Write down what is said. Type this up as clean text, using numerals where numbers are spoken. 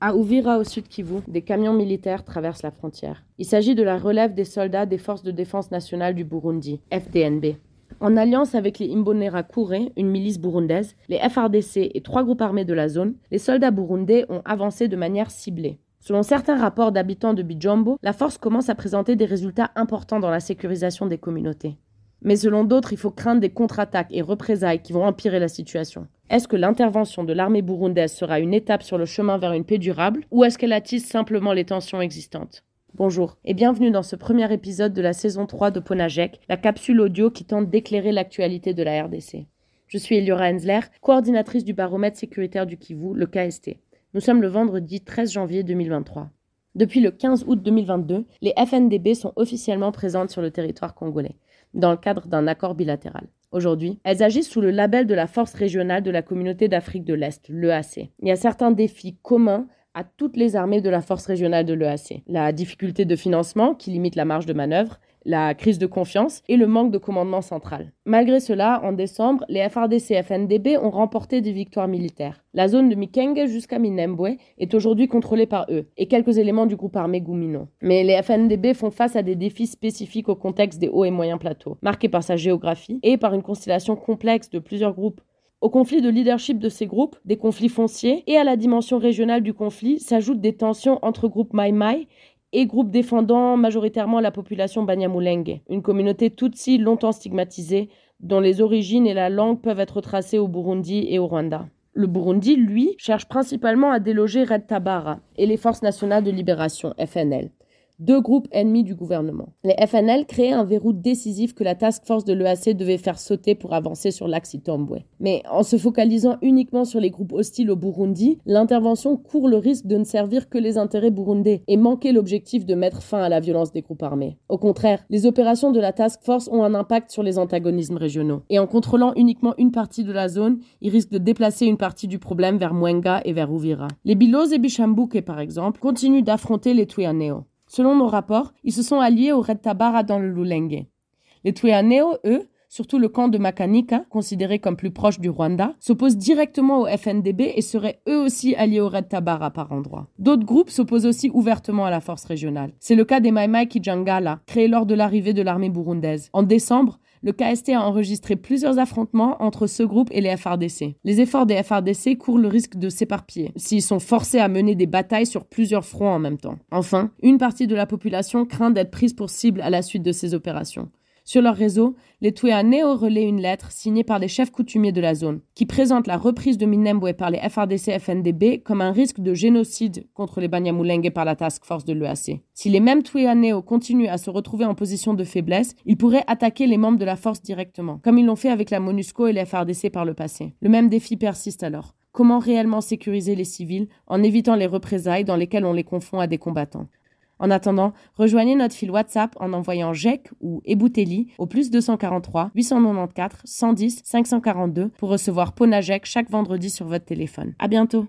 À Uvira, au sud Kivu, des camions militaires traversent la frontière. Il s'agit de la relève des soldats des Forces de défense nationale du Burundi, FDNB. En alliance avec les Imbonerakure, une milice burundaise, les FRDC et 3 groupes armés de la zone, les soldats burundais ont avancé de manière ciblée. Selon certains rapports d'habitants de Bijombo, la force commence à présenter des résultats importants dans la sécurisation des communautés. Mais selon d'autres, il faut craindre des contre-attaques et représailles qui vont empirer la situation. Est-ce que l'intervention de l'armée burundaise sera une étape sur le chemin vers une paix durable ou est-ce qu'elle attise simplement les tensions existantes ? Bonjour et bienvenue dans ce premier épisode de la saison 3 de Ponajek, la capsule audio qui tente d'éclairer l'actualité de la RDC. Je suis Eliora Hensler, coordinatrice du baromètre sécuritaire du Kivu, le KST. Nous sommes le vendredi 13 janvier 2023. Depuis le 15 août 2022, les FNDB sont officiellement présentes sur le territoire congolais, dans le cadre d'un accord bilatéral. Aujourd'hui, elles agissent sous le label de la Force régionale de la Communauté d'Afrique de l'Est, l'EAC. Il y a certains défis communs à toutes les armées de la Force régionale de l'EAC. La difficulté de financement qui limite la marge de manœuvre, la crise de confiance et le manque de commandement central. Malgré cela, en décembre, les FRDC et FNDB ont remporté des victoires militaires. La zone de Mikenge jusqu'à Minembwe est aujourd'hui contrôlée par eux et quelques éléments du groupe armé Gumino. Mais les FNDB font face à des défis spécifiques au contexte des hauts et moyens plateaux, marqués par sa géographie et par une constellation complexe de plusieurs groupes. Au conflit de leadership de ces groupes, des conflits fonciers et à la dimension régionale du conflit s'ajoutent des tensions entre groupes Mai-Mai et groupes défendant majoritairement la population Banyamulenge, une communauté Tutsi longtemps stigmatisée, dont les origines et la langue peuvent être tracées au Burundi et au Rwanda. Le Burundi, lui, cherche principalement à déloger Red Tabara et les Forces nationales de libération, FNL. 2 groupes ennemis du gouvernement. Les FNL créaient un verrou décisif que la task force de l'EAC devait faire sauter pour avancer sur l'axe Itombwe. Mais en se focalisant uniquement sur les groupes hostiles au Burundi, l'intervention court le risque de ne servir que les intérêts burundais et manquer l'objectif de mettre fin à la violence des groupes armés. Au contraire, les opérations de la task force ont un impact sur les antagonismes régionaux. Et en contrôlant uniquement une partie de la zone, ils risquent de déplacer une partie du problème vers Mwenga et vers Uvira. Les Biloz et Bishambuke, par exemple, continuent d'affronter les Twirwaneho. Selon nos rapports, ils se sont alliés au Red Tabara dans le Lulenge. Les Twirwaneho, eux, surtout le camp de Makanika, considéré comme plus proche du Rwanda, s'opposent directement au FNDB et seraient eux aussi alliés au Red Tabara par endroits. D'autres groupes s'opposent aussi ouvertement à la force régionale. C'est le cas des Mai-Mai Kijangala, créés lors de l'arrivée de l'armée burundaise. En décembre, le KST a enregistré plusieurs affrontements entre ce groupe et les FRDC. Les efforts des FRDC courent le risque de s'éparpiller s'ils sont forcés à mener des batailles sur plusieurs fronts en même temps. Enfin, une partie de la population craint d'être prise pour cible à la suite de ces opérations. Sur leur réseau, les Twirwaneho relaient une lettre signée par des chefs coutumiers de la zone, qui présente la reprise de Minembwe par les FRDC-FNDB comme un risque de génocide contre les Banyamulenge par la task force de l'EAC. Si les mêmes Twirwaneho continuent à se retrouver en position de faiblesse, ils pourraient attaquer les membres de la force directement, comme ils l'ont fait avec la MONUSCO et les FRDC par le passé. Le même défi persiste alors. Comment réellement sécuriser les civils en évitant les représailles dans lesquelles on les confond à des combattants ? En attendant, rejoignez notre fil WhatsApp en envoyant JEC ou Ebouteli au +243 894 110 542 pour recevoir Ponajek chaque vendredi sur votre téléphone. À bientôt!